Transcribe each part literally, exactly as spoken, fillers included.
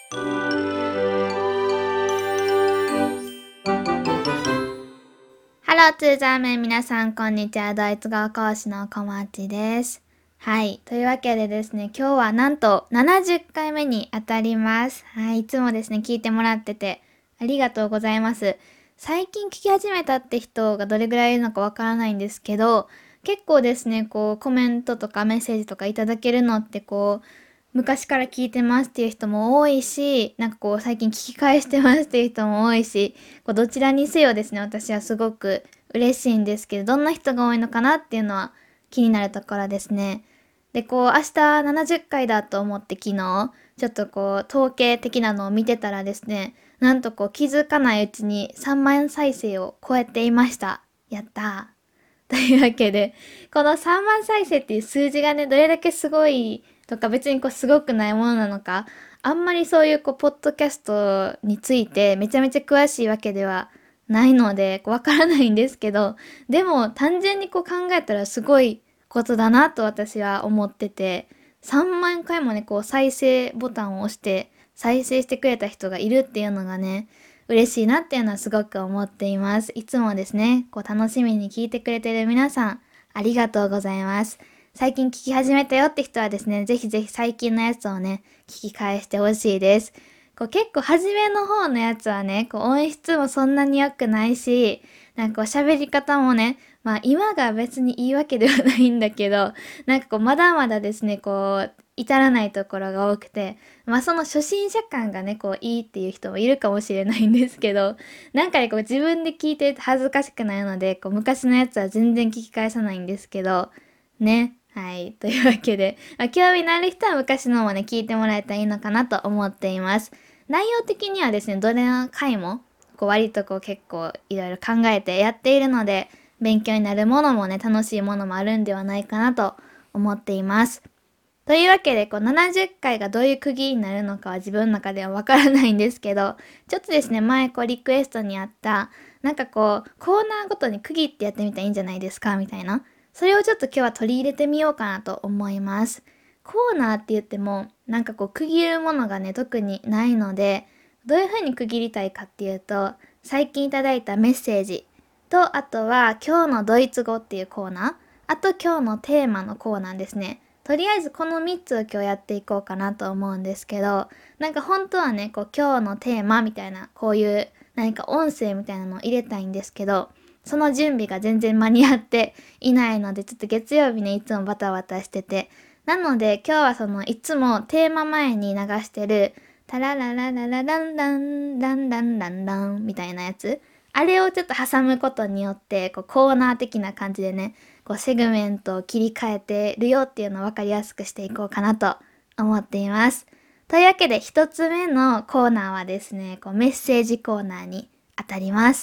ハローツーザーメン、皆さんこんにちは。ドイツ語講師のこまちです。はい。というわけでですね、今日はなんとななじゅっかいめにあたります。はい。いつもですね、聞いてもらっててありがとうございます。最近聞き始めたって人がどれぐらいいるのかわからないんですけど、結構ですね、こうコメントとかメッセージとかいただけるのってこう、昔から聞いてますっていう人も多いし、なんかこう最近聞き返してますっていう人も多いし、こうどちらにせよですね、私はすごく嬉しいんですけど、どんな人が多いのかなっていうのは気になるところですね。で、こう明日ななじゅっかいだと思って昨日、ちょっとこう統計的なのを見てたらですね、なんとこう気づかないうちにさんまん再生を超えていました。やったー。というわけで、このさんまん再生っていう数字がね、どれだけすごいとか別にこうすごくないものなのか、あんまりそういうこう、ポッドキャストについてめちゃめちゃ詳しいわけではないので、わからないんですけど、でも単純にこう考えたらすごいことだなと私は思ってて、さんまんかいもね、こう再生ボタンを押して再生してくれた人がいるっていうのがね、嬉しいなっていうのはすごく思っています。いつもですね、こう楽しみに聞いてくれてる皆さん、ありがとうございます。最近聞き始めたよって人はですね、ぜひぜひ最近のやつをね、聞き返してほしいです。こう結構初めの方のやつはね、こう音質もそんなに良くないし、なんかこう喋り方もね、まあ今が別にいいわけではないんだけど、なんかこうまだまだですね、こう、至らないところが多くて、まあその初心者感がね、こういいっていう人もいるかもしれないんですけど、なんかね、こう自分で聞いてて恥ずかしくないので、こう昔のやつは全然聞き返さないんですけど、ね。はい。というわけで、まあ、興味のある人は昔のもね、聞いてもらえたらいいのかなと思っています。内容的にはですね、どれの回も、こう割とこう結構いろいろ考えてやっているので、勉強になるものもね、楽しいものもあるんではないかなと思っています。というわけで、こうななじゅっかいがどういう区切りになるのかは自分の中ではわからないんですけど、ちょっとですね、前こうリクエストにあった、なんかこう、コーナーごとに区切ってやってみたらいいんじゃないですかみたいな。それをちょっと今日は取り入れてみようかなと思います。コーナーって言っても、なんかこう区切るものがね、特にないので、どういう風に区切りたいかっていうと、最近いただいたメッセージと、あとは今日のドイツ語っていうコーナー、あと今日のテーマのコーナーですね。とりあえずこのみっつを今日やっていこうかなと思うんですけど、なんか本当はね、こう今日のテーマみたいな、こういう何か音声みたいなのを入れたいんですけど、その準備が全然間に合っていないので、ちょっと月曜日ね、いつもバタバタしてて。なので今日はそのいつもテーマ前に流してる、タラララララランラン、ランランランランみたいなやつ。あれをちょっと挟むことによって、こうコーナー的な感じでね、こうセグメントを切り替えてるよっていうのを分かりやすくしていこうかなと思っています。というわけで一つ目のコーナーはですね、こうメッセージコーナーに当たります。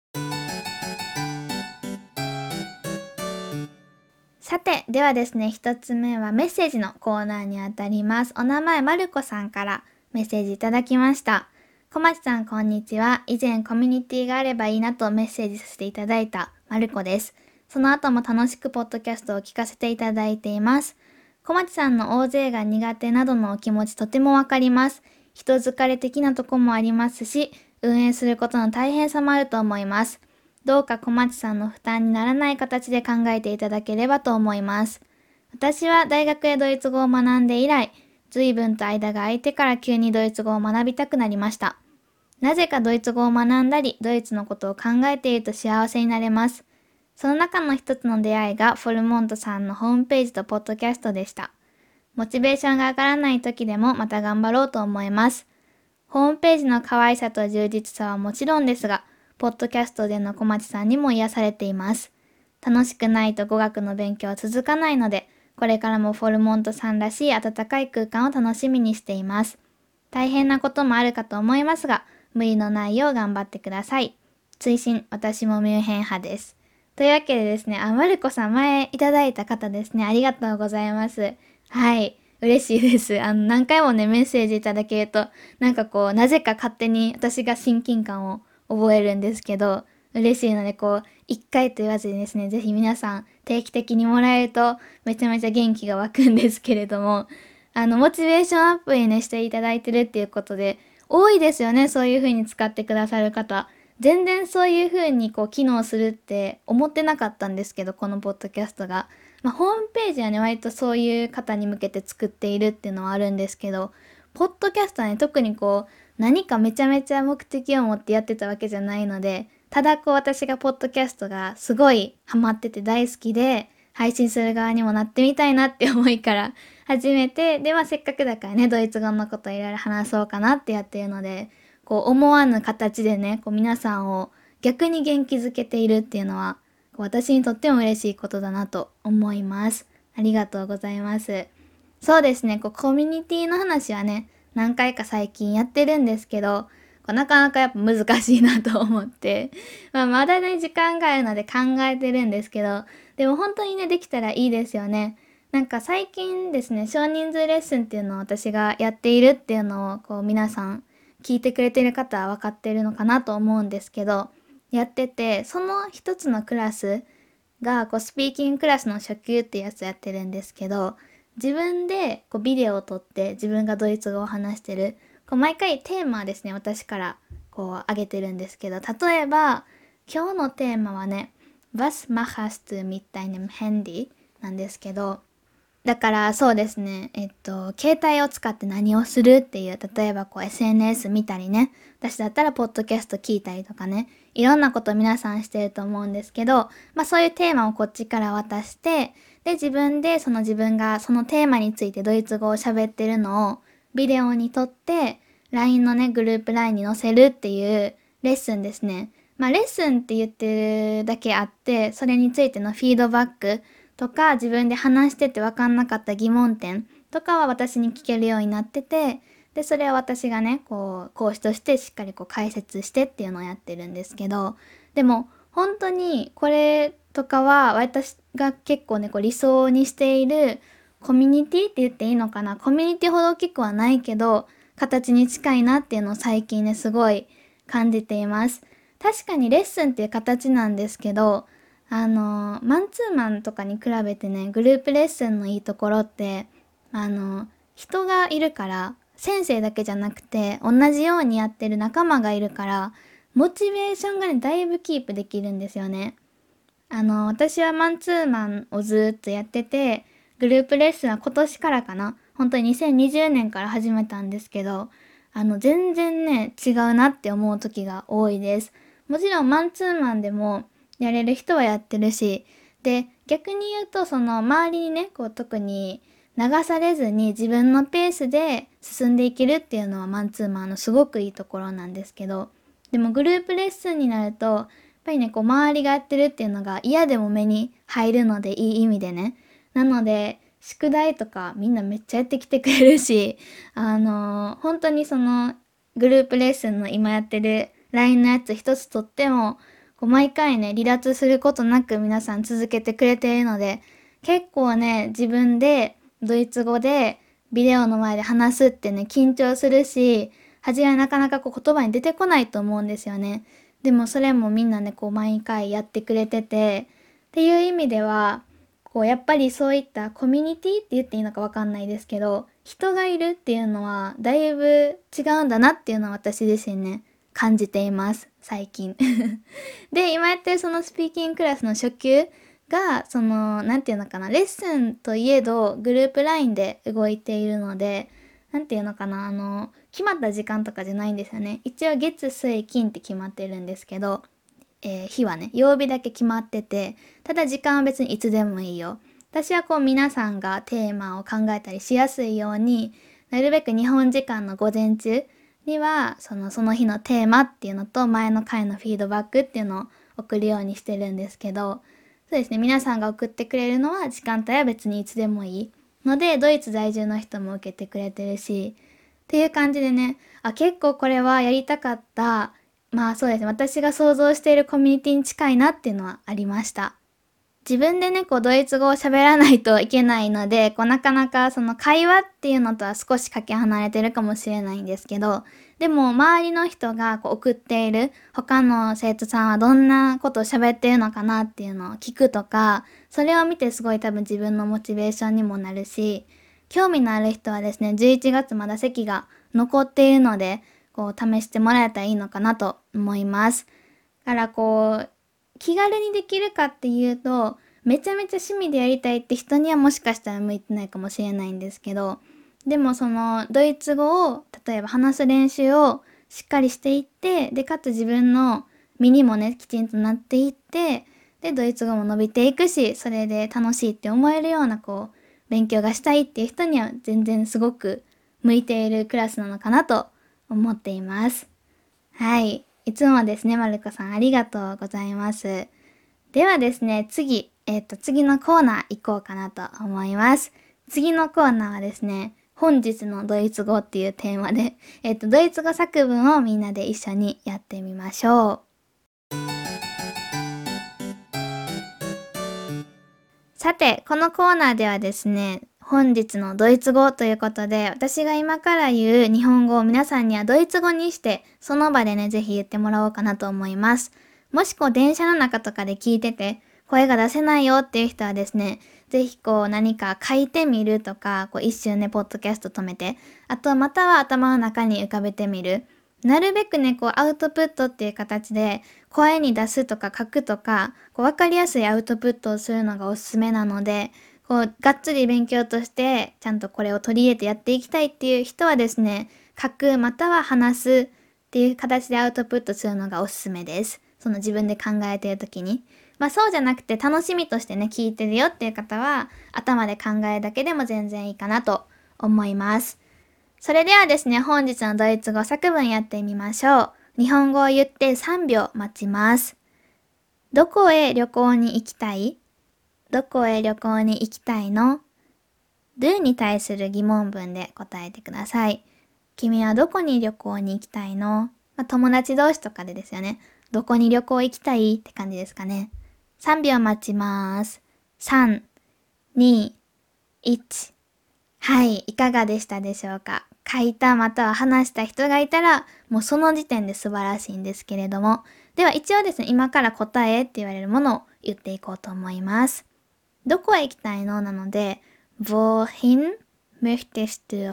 さて、ではですね、一つ目はメッセージのコーナーにあたります。お名前、まるこさんからメッセージいただきました。小町さん、こんにちは。以前コミュニティがあればいいなとメッセージさせていただいたまるこです。その後も楽しくポッドキャストを聞かせていただいています。小町さんの大勢が苦手などのお気持ちとてもわかります。人疲れ的なとこもありますし、運営することの大変さもあると思います。どうか小町さんの負担にならない形で考えていただければと思います。私は大学でドイツ語を学んで以来、随分と間が空いてから急にドイツ語を学びたくなりました。なぜかドイツ語を学んだり、ドイツのことを考えていると幸せになれます。その中の一つの出会いがフォルモントさんのホームページとポッドキャストでした。モチベーションが上がらない時でもまた頑張ろうと思います。ホームページの可愛さと充実さはもちろんですが、ポッドキャストでの小町さんにも癒されています。楽しくないと語学の勉強は続かないので、これからもフォルモントさんらしい温かい空間を楽しみにしています。大変なこともあるかと思いますが、無理のないよう頑張ってください。追伸、私もミュンヘン派です。というわけでですね、あ、まるこさん前いただいた方ですね。ありがとうございます。はい。嬉しいです。あの、何回もね、メッセージいただけると、なんかこう、なぜか勝手に私が親近感を覚えるんですけど、嬉しいので、こう、一回と言わずにですね、ぜひ皆さん定期的にもらえると、めちゃめちゃ元気が湧くんですけれども、 あの、モチベーションアップにね、していただいてるっていうことで、多いですよね、そういう風に使ってくださる方。全然そういう風にこう、機能するって思ってなかったんですけど、このポッドキャストが。まあ、ホームページはね、割とそういう方に向けて作っているっていうのはあるんですけど、ポッドキャストはね、特にこう、何かめちゃめちゃ目的を持ってやってたわけじゃないので、ただこう私がポッドキャストがすごいハマってて大好きで、配信する側にもなってみたいなって思いから始めて、で、まあせっかくだからね、ドイツ語のこといろいろ話そうかなってやってるので、こう思わぬ形でね、こう皆さんを逆に元気づけているっていうのは、こう私にとっても嬉しいことだなと思います。ありがとうございます。そうですね、こうコミュニティの話はね、何回か最近やってるんですけど、こうなかなかやっぱ難しいなと思って、まあまだね、時間があるので考えてるんですけど、でも本当にね、できたらいいですよね。なんか最近ですね、少人数レッスンっていうのを私がやっているっていうのを、こう皆さん聞いてくれてる方は分かってるのかなと思うんですけど、やってて、その一つのクラスが、こうスピーキングクラスの初級ってやつやってるんですけど、自分でこうビデオを撮って自分がドイツ語を話してる、こう毎回テーマはですね、私からこう上げてるんですけど、例えば、今日のテーマはね、Was machst du mit deinem Handy? なんですけど、だからそうですね、えっと、携帯を使って何をするっていう、例えばこう エスエヌエス 見たりね、私だったらポッドキャスト聞いたりとかね、いろんなこと皆さんしてると思うんですけど、まあそういうテーマをこっちから渡して、で自分でその自分がそのテーマについてドイツ語を喋ってるのをビデオに撮って、ライン のね、グループ ライン に載せるっていうレッスンですね。まあレッスンって言ってるだけあって、それについてのフィードバック、とか自分で話してて分かんなかった疑問点とかは私に聞けるようになってて、で、それは私がね、こう、講師としてしっかりこう解説してっていうのをやってるんですけど、でも本当にこれとかは私が結構ね、こう理想にしているコミュニティって言っていいのかな、コミュニティほど大きくはないけど、形に近いなっていうのを最近ね、すごい感じています。確かにレッスンっていう形なんですけど、あの、マンツーマンとかに比べてね、グループレッスンのいいところって、あの、人がいるから、先生だけじゃなくて、同じようにやってる仲間がいるから、モチベーションがね、だいぶキープできるんですよね。あの、私はマンツーマンをずっとやってて、グループレッスンは今年からかな。本当ににせんにじゅうねんから始めたんですけど、あの、全然ね、違うなって思う時が多いです。もちろんマンツーマンでもやれる人はやってるし、で、逆に言うと、その周りにね、こう特に流されずに自分のペースで進んでいけるっていうのはマンツーマンのすごくいいところなんですけど、でもグループレッスンになると、やっぱりね、こう周りがやってるっていうのが嫌でも目に入るので、いい意味でね。なので、宿題とかみんなめっちゃやってきてくれるし、あのー本当にそのグループレッスンの今やってる ライン のやつ一つとっても、こう毎回ね、離脱することなく皆さん続けてくれているので、結構ね、自分でドイツ語でビデオの前で話すってね、緊張するし、初めはなかなかこう言葉に出てこないと思うんですよね。でもそれもみんなね、こう毎回やってくれてて、っていう意味では、こうやっぱりそういったコミュニティって言っていいのかわかんないですけど、人がいるっていうのはだいぶ違うんだなっていうのは私自身ね、感じています、最近。で、今やってるそのスピーキングクラスの初級が、その、なんていうのかな、レッスンといえどグループ ライン で動いているので、なんていうのかな、あの、決まった時間とかじゃないんですよね。一応月、水、金って決まってるんですけど、えー日はね、曜日だけ決まってて、ただ時間は別にいつでもいいよ。私はこう皆さんがテーマを考えたりしやすいように、なるべく日本時間の午前中には、その、その日のテーマっていうのと前の回のフィードバックっていうのを送るようにしてるんですけど、そうですね、皆さんが送ってくれるのは時間帯は別にいつでもいいので、ドイツ在住の人も受けてくれてるし、っていう感じでね、あ、結構これはやりたかった、まあそうですね、私が想像しているコミュニティに近いなっていうのはありました。自分でね、こう、ドイツ語を喋らないといけないので、こう、なかなかその会話っていうのとは少しかけ離れてるかもしれないんですけど、でも、周りの人がこう送っている他の生徒さんはどんなことを喋ってるのかなっていうのを聞くとか、それを見てすごい多分自分のモチベーションにもなるし、 興味のある人はですね、じゅういちがつまだ席が残っているので、こう試してもらえたらいいのかなと思います。だからこう、気軽にできるかっていうと、めちゃめちゃ趣味でやりたいって人にはもしかしたら向いてないかもしれないんですけど、でもそのドイツ語を例えば話す練習をしっかりしていって、でかつ自分の身にもねきちんとなっていって、でドイツ語も伸びていくし、それで楽しいって思えるようなこう勉強がしたいっていう人には全然すごく向いているクラスなのかなと思っています。はい。いつもですね、まるこさんありがとうございます。ではですね、次、えっと、次のコーナー行こうかなと思います。次のコーナーはですね、本日のドイツ語っていうテーマで、えっと、ドイツ語作文をみんなで一緒にやってみましょう。さて、このコーナーではですね、本日のドイツ語ということで、私が今から言う日本語を皆さんにはドイツ語にして、その場でね、ぜひ言ってもらおうかなと思います。もしこう電車の中とかで聞いてて、声が出せないよっていう人はですね、ぜひこう何か書いてみるとか、こう一瞬ね、ポッドキャスト止めて、あとまたは頭の中に浮かべてみる。なるべくね、こうアウトプットっていう形で声に出すとか書くとか、こう分かりやすいアウトプットをするのがおすすめなので、こうがっつり勉強としてちゃんとこれを取り入れてやっていきたいっていう人はですね、書くまたは話すっていう形でアウトプットするのがおすすめです。その自分で考えてる時に。まあそうじゃなくて楽しみとしてね、聞いてるよっていう方は頭で考えるだけでも全然いいかなと思います。それではですね、本日のドイツ語作文やってみましょう。日本語を言ってさんびょう待ちます。どこへ旅行に行きたい？どこへ旅行に行きたいの？ do に対する疑問文で答えてください。君はどこに旅行に行きたいの？まあ、友達同士とかでですよね。どこに旅行行きたいって感じですかね。さんびょう待ちます。さん、に、いち。はい、いかがでしたでしょうか。書いたまたは話した人がいたら、もうその時点で素晴らしいんですけれども。では一応ですね、今から答えって言われるものを言っていこうと思います。どこへ行きたいのなので、wohin möchtest du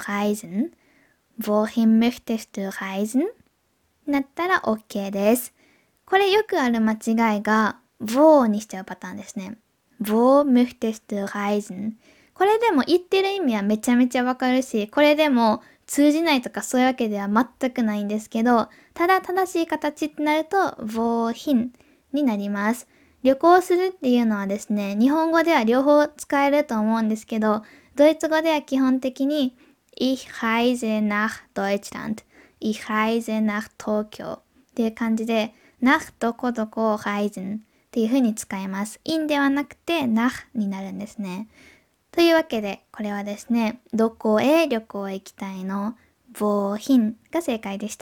reisen?wohin möchtest du reisen? なったら OK です。これよくある間違いが、wo にしちゃうパターンですね。wo möchtest du reisen? これでも言ってる意味はめちゃめちゃわかるし、これでも通じないとかそういうわけでは全くないんですけど、ただ正しい形ってなると wohin になります。旅行するっていうのはですね、日本語では両方使えると思うんですけど、ドイツ語では基本的に Ich reise nach Deutschland、Ich reise nach Tokyo っていう感じで、nach どこどこを reisen っていう風に使います。in ではなくて nach になるんですね。というわけで、これはですね、どこへ旅行へ行きたいの wohin が正解でした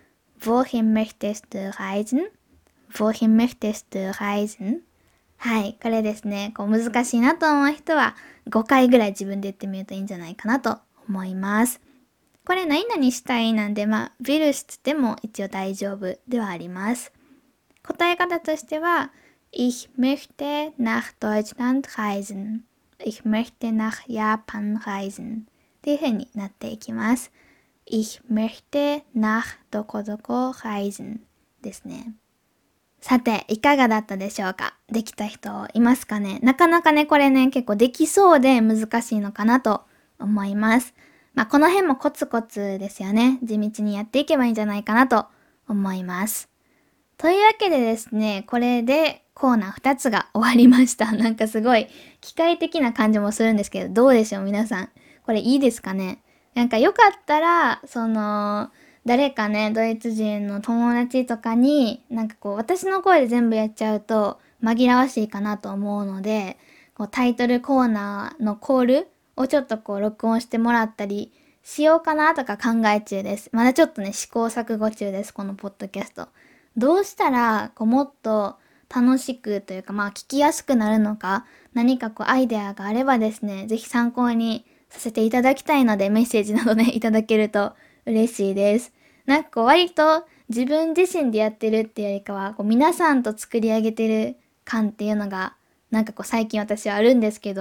。wohin möchtest du reisen?wohin möchtest du reisen? はい、これですね、こう難しいなと思う人はごかいぐらい自分で言ってみるといいんじゃないかなと思います。これ何々したいなんで、まあ、willst でも一応大丈夫ではあります。答え方としては、Ich möchte nach Deutschland reisen.Ich möchte nach Japan reisen っていう風になっていきます。Ich möchte nach どこどこ reisen ですね。さて、いかがだったでしょうか？できた人いますかね？なかなかね、これね、結構できそうで難しいのかなと思います。まあ、この辺もコツコツですよね。地道にやっていけばいいんじゃないかなと思います。というわけでですね、これでコーナーふたつが終わりました。なんかすごい機械的な感じもするんですけど、どうでしょう皆さん。これいいですかね？なんかよかったら、その、誰かね、ドイツ人の友達とかに、なんかこう、私の声で全部やっちゃうと紛らわしいかなと思うので、こうタイトルコーナーのコールをちょっとこう録音してもらったりしようかなとか考え中です。まだちょっとね、試行錯誤中です、このポッドキャスト。どうしたら、こう、もっと楽しくというか、まあ、聞きやすくなるのか、何かこう、アイデアがあればですね、ぜひ参考にさせていただきたいので、メッセージなどね、いただけると嬉しいです。なんかこう、割と自分自身でやってるっていうよりかは、こう皆さんと作り上げてる感っていうのが、なんかこう、最近私はあるんですけど、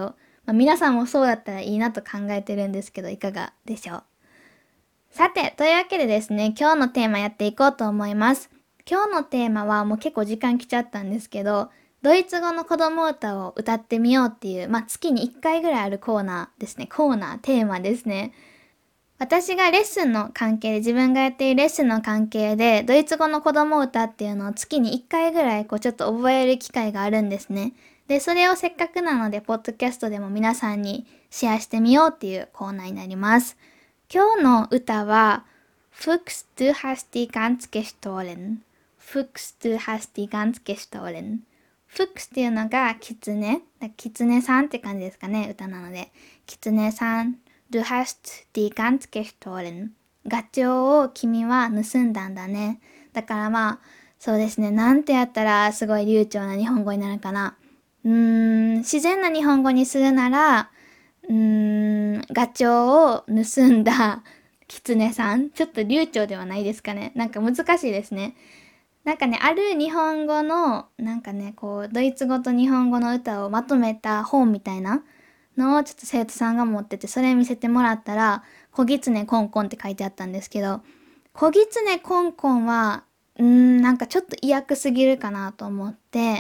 まあ、皆さんもそうだったらいいなと考えてるんですけど、いかがでしょう。さて、というわけでですね、今日のテーマやっていこうと思います。今日のテーマはもう結構時間来ちゃったんですけど、ドイツ語の子供歌を歌ってみようっていう、まあ月にいっかいぐらいあるコーナーですね。コーナー、テーマですね。私がレッスンの関係で、自分がやっているレッスンの関係で、ドイツ語の子供歌っていうのを月にいっかいぐらいこうちょっと覚える機会があるんですね。で、それをせっかくなので、ポッドキャストでも皆さんにシェアしてみようっていうコーナーになります。今日の歌は、Fuchs, du hast die Gans gestohlen. Fuchs, du hast die Gans gestohlen. Fuchs っていうのがキツネ。キツネさんって感じですかね、歌なので。キツネさん、du hast die Gans gestohlen. ガチョウを君は盗んだんだね。だからまあ、そうですね、なんてやったらすごい流暢な日本語になるかな。うーん、自然な日本語にするなら、うーん、ガチョウを盗んだキツネさん。ちょっと流暢ではないですかね。なんか難しいですね。なんかね、ある日本語の、なんかね、こう、ドイツ語と日本語の歌をまとめた本みたいなのをちょっと生徒さんが持ってて、それ見せてもらったら、小狐コンコンって書いてあったんですけど、小狐コンコンは、うーん、なんかちょっと意訳すぎるかなと思って、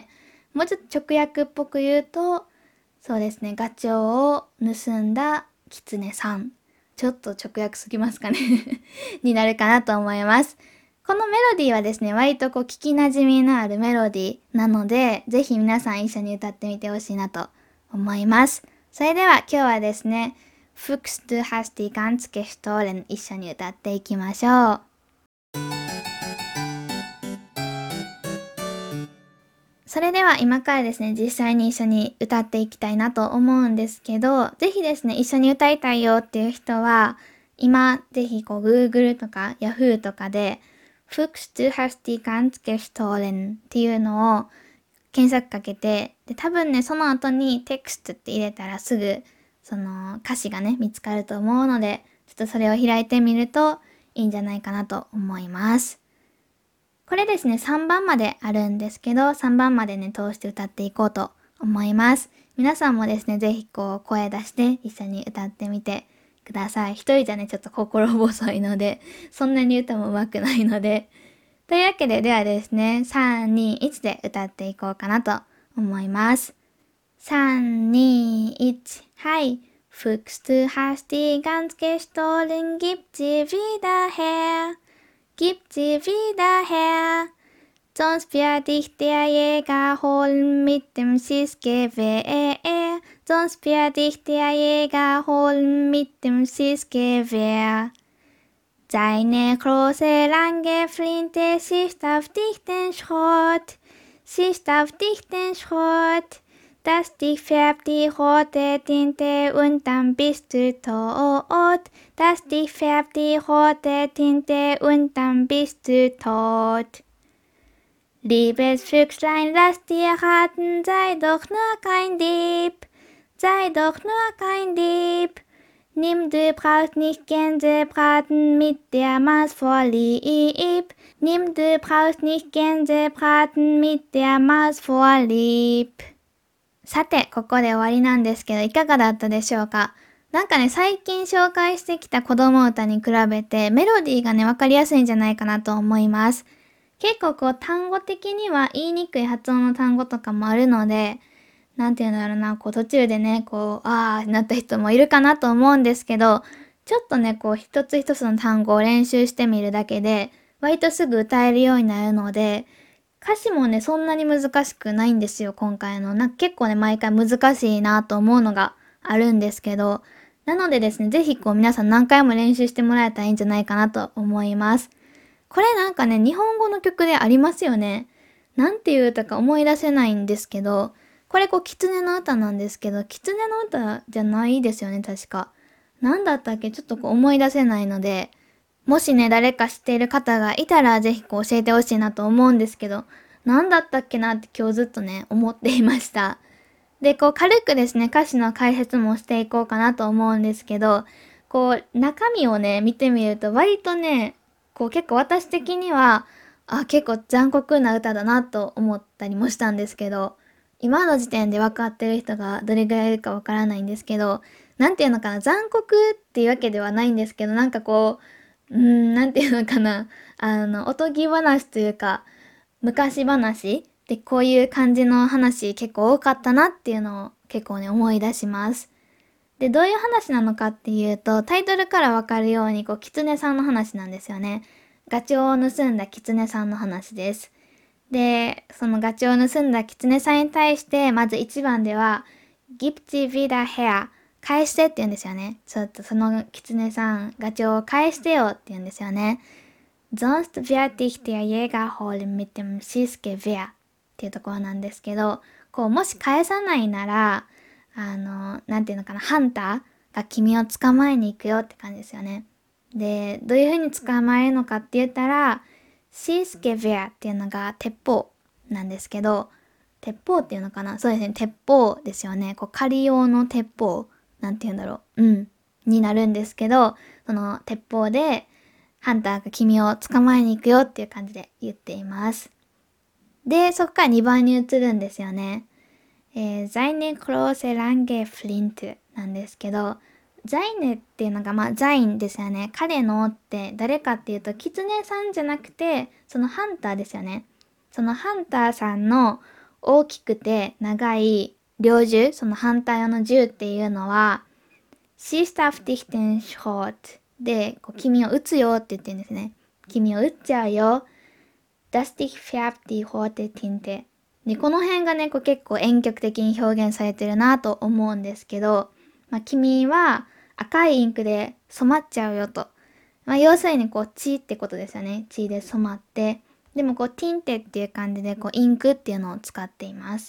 もうちょっと直訳っぽく言うと、そうですね、ガチョウを盗んだ狐さん。ちょっと直訳すぎますかねになるかなと思います。このメロディーはですね、割とこう聞き馴染みのあるメロディーなので、ぜひ皆さん一緒に歌ってみてほしいなと思います。それでは今日はですね、Fuchs, du hast die Gans gestohlen 一緒に歌っていきましょう。それでは今からですね、実際に一緒に歌っていきたいなと思うんですけど、ぜひですね、一緒に歌いたいよっていう人は、今、ぜひこう Google とか Yahoo とかで、Fuchs, du hast die Gans gestohlen っていうのを検索かけて、で、多分ね、その後に Text って入れたらすぐ、その歌詞がね、見つかると思うので、ちょっとそれを開いてみるといいんじゃないかなと思います。これですね、さんばんまであるんですけど、さんばんまでね、通して歌っていこうと思います。皆さんもですね、ぜひこう、声出して一緒に歌ってみてください。一人じゃね、ちょっと心細いので、そんなに歌も上手くないので。というわけで、ではですね、さん、に、いちで歌っていこうかなと思います。さん、に、いち、はい。Fuchs, du hast die Gans gestohlen, gib sie wieder her. Gib sie wieder her, sonst wird dich der Jäger holen mit dem Schießgewehr. Sonst wird dich der Jäger holen mit dem Schießgewehr. Seine große lange Flinte schießt auf dich den Schrott, schießt auf dich den Schrott. Das dich färbt die rote Tinte und dann bist du tot. Das dich färbt die rote Tinte und dann bist du tot. Liebes Füchslein, lass dir raten, sei doch nur kein Dieb, sei doch nur kein Dieb. Nimm, du brauchst nicht Gänsebraten mit der Maus vorlieb. Nimm, du brauchst nicht Gänsebraten mit der Maus vorlieb.さて、ここで終わりなんですけど、いかがだったでしょうか？なんかね、最近紹介してきた子供歌に比べて、メロディーがね、わかりやすいんじゃないかなと思います。結構こう、単語的には言いにくい発音の単語とかもあるので、なんていうんだろうな、こう途中でね、こう、あーなった人もいるかなと思うんですけど、ちょっとね、こう、一つ一つの単語を練習してみるだけで、割とすぐ歌えるようになるので、歌詞もね、そんなに難しくないんですよ、今回の。なんか結構ね、毎回難しいなと思うのがあるんですけど、なのでですね、ぜひこう皆さん何回も練習してもらえたらいいんじゃないかなと思います。これなんかね、日本語の曲でありますよね。なんていう歌か思い出せないんですけど、これこう、狐の歌なんですけど、狐の歌じゃないですよね、確か。なんだったっけちょっとこう思い出せないので、もしね、誰か知っている方がいたらぜひこう教えてほしいなと思うんですけど、なんだったっけなって今日ずっとね、思っていました。で、こう軽くですね、歌詞の解説もしていこうかなと思うんですけど、こう中身をね、見てみると割とね、こう結構私的には、あ、結構残酷な歌だなと思ったりもしたんですけど、 今の時点で分かってる人がどれぐらいいるか分からないんですけど、なんていうのかな、残酷っていうわけではないんですけど、なんかこう、うーん、なんていうのかな、あの、おとぎ話というか、昔話でこういう感じの話結構多かったなっていうのを結構ね思い出します。で、どういう話なのかっていうと、タイトルからわかるように、こう、狐さんの話なんですよね。ガチョウを盗んだ狐さんの話です。で、そのガチョウを盗んだ狐さんに対して、まずいちばんでは、ギプチビダヘア、返してって言うんですよね。ちょっとその狐さん、ガチョウを返してよって言うんですよね。Sonst werde ich der Jäger holen mit dem Schießgewehr っていうところなんですけど、こう、もし返さないなら、あの、なんていうのかな、ハンターが君を捕まえに行くよって感じですよね。で、どういう風に捕まえるのかって言ったら、シースケベアっていうのが鉄砲なんですけど、鉄砲っていうのかな、そうですね、鉄砲ですよね。こう、狩り用の鉄砲、なんて言うんだろう、うん、になるんですけど、その鉄砲で、ハンターが君を捕まえに行くよっていう感じで言っています。で、そこからにばんに移るんですよね。えー、seine große lange Flinte なんですけど、ザイネっていうのが、まあ、ザインですよね。彼のって誰かっていうと、キツネさんじゃなくて、そのハンターですよね。そのハンターさんの大きくて長い猟銃、そのハンター用の銃っていうのは、シースタフティヒテンショートで、こう君を撃つよって言ってるんですね。君を撃っちゃうよ。ダスティフィアプティホーテティンテ。で、この辺がね、こう結構婉曲的に表現されてるなと思うんですけど、まあ、君は赤いインクで染まっちゃうよと。まあ、要するにこう血ってことですよね。血で染まって。でもこうティンテっていう感じでこうインクっていうのを使っています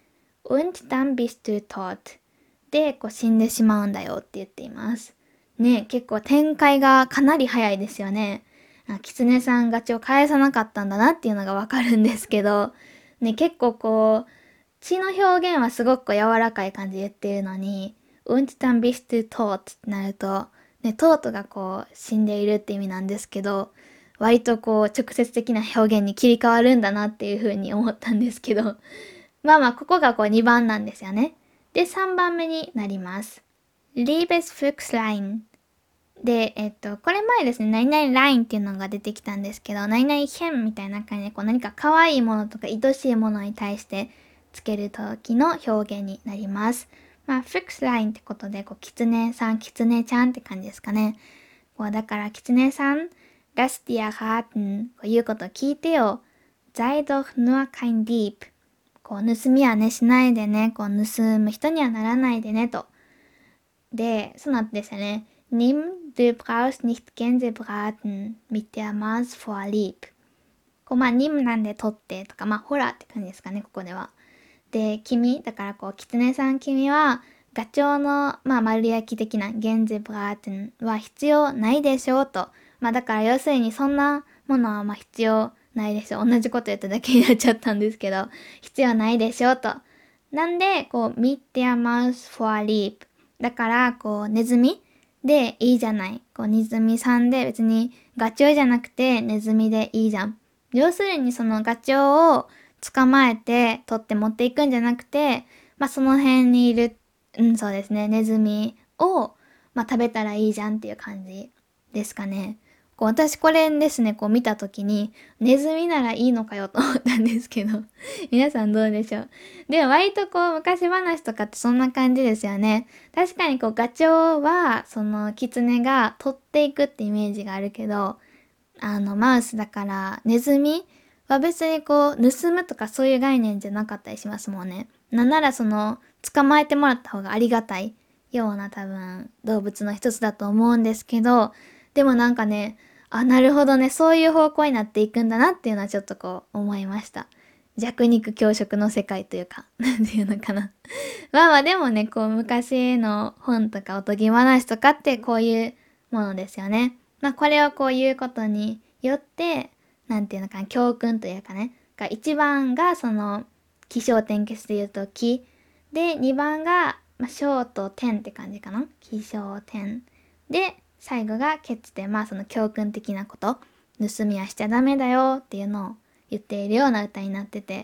。Und dann bist du tot. で、こう死んでしまうんだよって言っています。ね、結構展開がかなり早いですよね。キツネさんガチを返さなかったんだなっていうのがわかるんですけど、ね、結構こう、血の表現はすごく柔らかい感じで言ってるのに、Und dann bist du tot ってなると、ね、トートがこう死んでいるって意味なんですけど、割とこう直接的な表現に切り替わるんだなっていう風に思ったんですけど、まあまあここがこうにばんなんですよね。で、さんばんめになります。Liebes Füchslein で、えっと、これ前ですね、何々ラインっていうのが出てきたんですけど、何々変みたいな感じで、こう何か可愛いものとか愛しいものに対してつける時の表現になります。まあ、フィクスラインってことで、こう、キツネさん、キツネちゃんって感じですかね。こう、だから、キツネさん、lass dir raten、こういうこと聞いてよ。sei doch nur kein Dieb。こう、盗みはね、しないでね。こう、盗む人にはならないでね、と。で、その後ですよね。Nimm, du brauchst nicht Gänsebraten mit der Maus vorlieb。こう、まあ、nimm なんで取ってとか、まあ、ほらって感じですかね、ここでは。で、君、だからこう、キツネさん君は、ガチョウの、まあ、丸焼き的なゲンゼブラーテンは必要ないでしょうと。まあ、だから要するにそんなものはまあ必要ないでしょう。同じこと言っただけになっちゃったんですけど、必要ないでしょうと。なんで、こう、meet their mouse for a leap。だから、こう、ネズミでいいじゃない。こう、ネズミさんで別にガチョウじゃなくてネズミでいいじゃん。要するにそのガチョウを捕まえて取って持っていくんじゃなくて、まあその辺にいる、うん、そうですね、ネズミを、まあ食べたらいいじゃんっていう感じですかね。こう私これですね、こう見たときに、ネズミならいいのかよと思ったんですけど、皆さんどうでしょう。でも割とこう昔話とかってそんな感じですよね。確かにこうガチョウは、そのキツネが取っていくってイメージがあるけど、あのマウスだからネズミは別にこう盗むとかそういう概念じゃなかったりしますもんね。なんならその捕まえてもらった方がありがたいような多分動物の一つだと思うんですけど、でもなんかね、あ、なるほどね、そういう方向になっていくんだなっていうのはちょっとこう思いました。弱肉強食の世界というか、なんていうのかな。まあまあでもね、こう昔の本とかおとぎ話とかってこういうものですよね。まあこれをこういうことによって、なんていうのかな、教訓というかね、がいちばんがその起承転結で言うと起で、にばんが、まあ、小と点って感じかな。起承転で、最後が結で、まあその教訓的なこと、盗みはしちゃダメだよっていうのを言っているような歌になってて、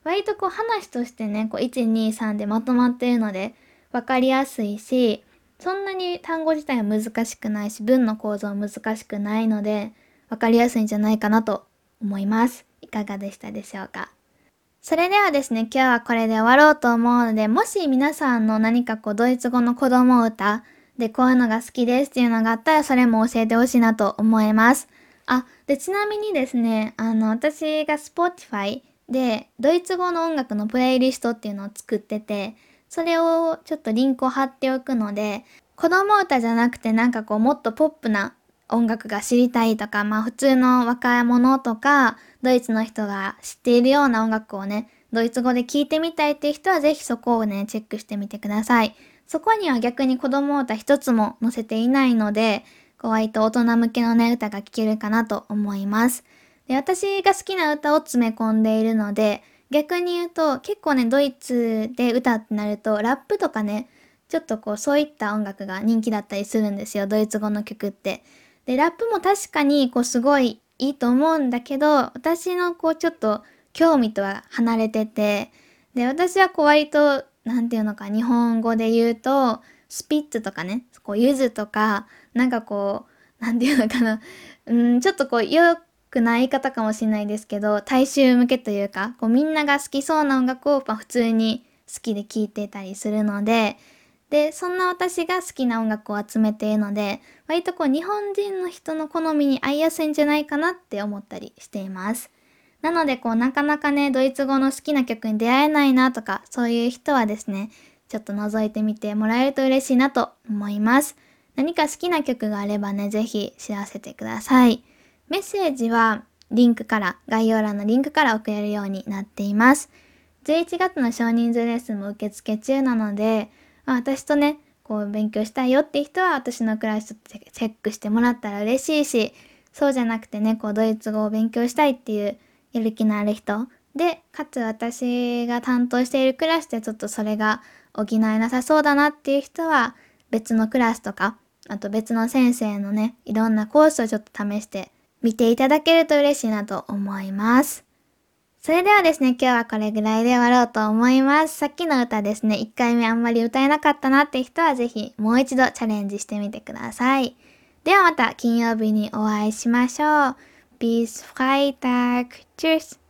割とこう話としてね、こういち、に、さんでまとまっているのでわかりやすいし、そんなに単語自体は難しくないし、文の構造は難しくないので、わかりやすいんじゃないかなと思います。いかがでしたでしょうか。それではですね、今日はこれで終わろうと思うので、もし皆さんの何かこうドイツ語の子供歌でこういうのが好きですっていうのがあったら、それも教えてほしいなと思います。あ、で、ちなみにですね、あの、私が Spotify でドイツ語の音楽のプレイリストっていうのを作ってて、それをちょっとリンクを貼っておくので、子供歌じゃなくてなんかこうもっとポップな音楽が知りたいとか、まあ普通の若い者とか、ドイツの人が知っているような音楽をね、ドイツ語で聴いてみたいっていう人はぜひそこをね、チェックしてみてください。そこには逆に子供歌一つも載せていないので、こう割と大人向けのね、歌が聴けるかなと思います。で、私が好きな歌を詰め込んでいるので、逆に言うと結構ね、ドイツで歌ってなると、ラップとかね、ちょっとこうそういった音楽が人気だったりするんですよ、ドイツ語の曲って。で、ラップも確かにこうすごいいいと思うんだけど、私のこうちょっと興味とは離れてて、で、私はこう割と、なんていうのか、日本語で言うと、スピッツとかね、こう、ゆずとか、なんかこう、なんていうのかな、うん、ちょっとこう、良くない言い方かもしれないですけど、大衆向けというか、こう、みんなが好きそうな音楽を、まあ、普通に好きで聴いてたりするので、で、そんな私が好きな音楽を集めているので、割とこう日本人の人の好みに合いやすいんじゃないかなって思ったりしています。なのでこうなかなかね、ドイツ語の好きな曲に出会えないなとか、そういう人はですね、ちょっと覗いてみてもらえると嬉しいなと思います。何か好きな曲があればね、ぜひ知らせてください。メッセージはリンクから、概要欄のリンクから送れるようになっています。じゅういちがつの少人数レッスンも受付中なので、まあ、私とね、こう勉強したいよって人は私のクラスチェックしてもらったら嬉しいし、そうじゃなくてね、こうドイツ語を勉強したいっていうやる気のある人で、かつ私が担当しているクラスでちょっとそれが補えなさそうだなっていう人は、別のクラスとか、あと別の先生のね、いろんなコースをちょっと試して見ていただけると嬉しいなと思います。それではですね、今日はこれぐらいで終わろうと思います。さっきの歌ですね、いっかいめあんまり歌えなかったなって人はぜひもう一度チャレンジしてみてください。ではまた金曜日にお会いしましょう。Bis Freitag. Tschüss.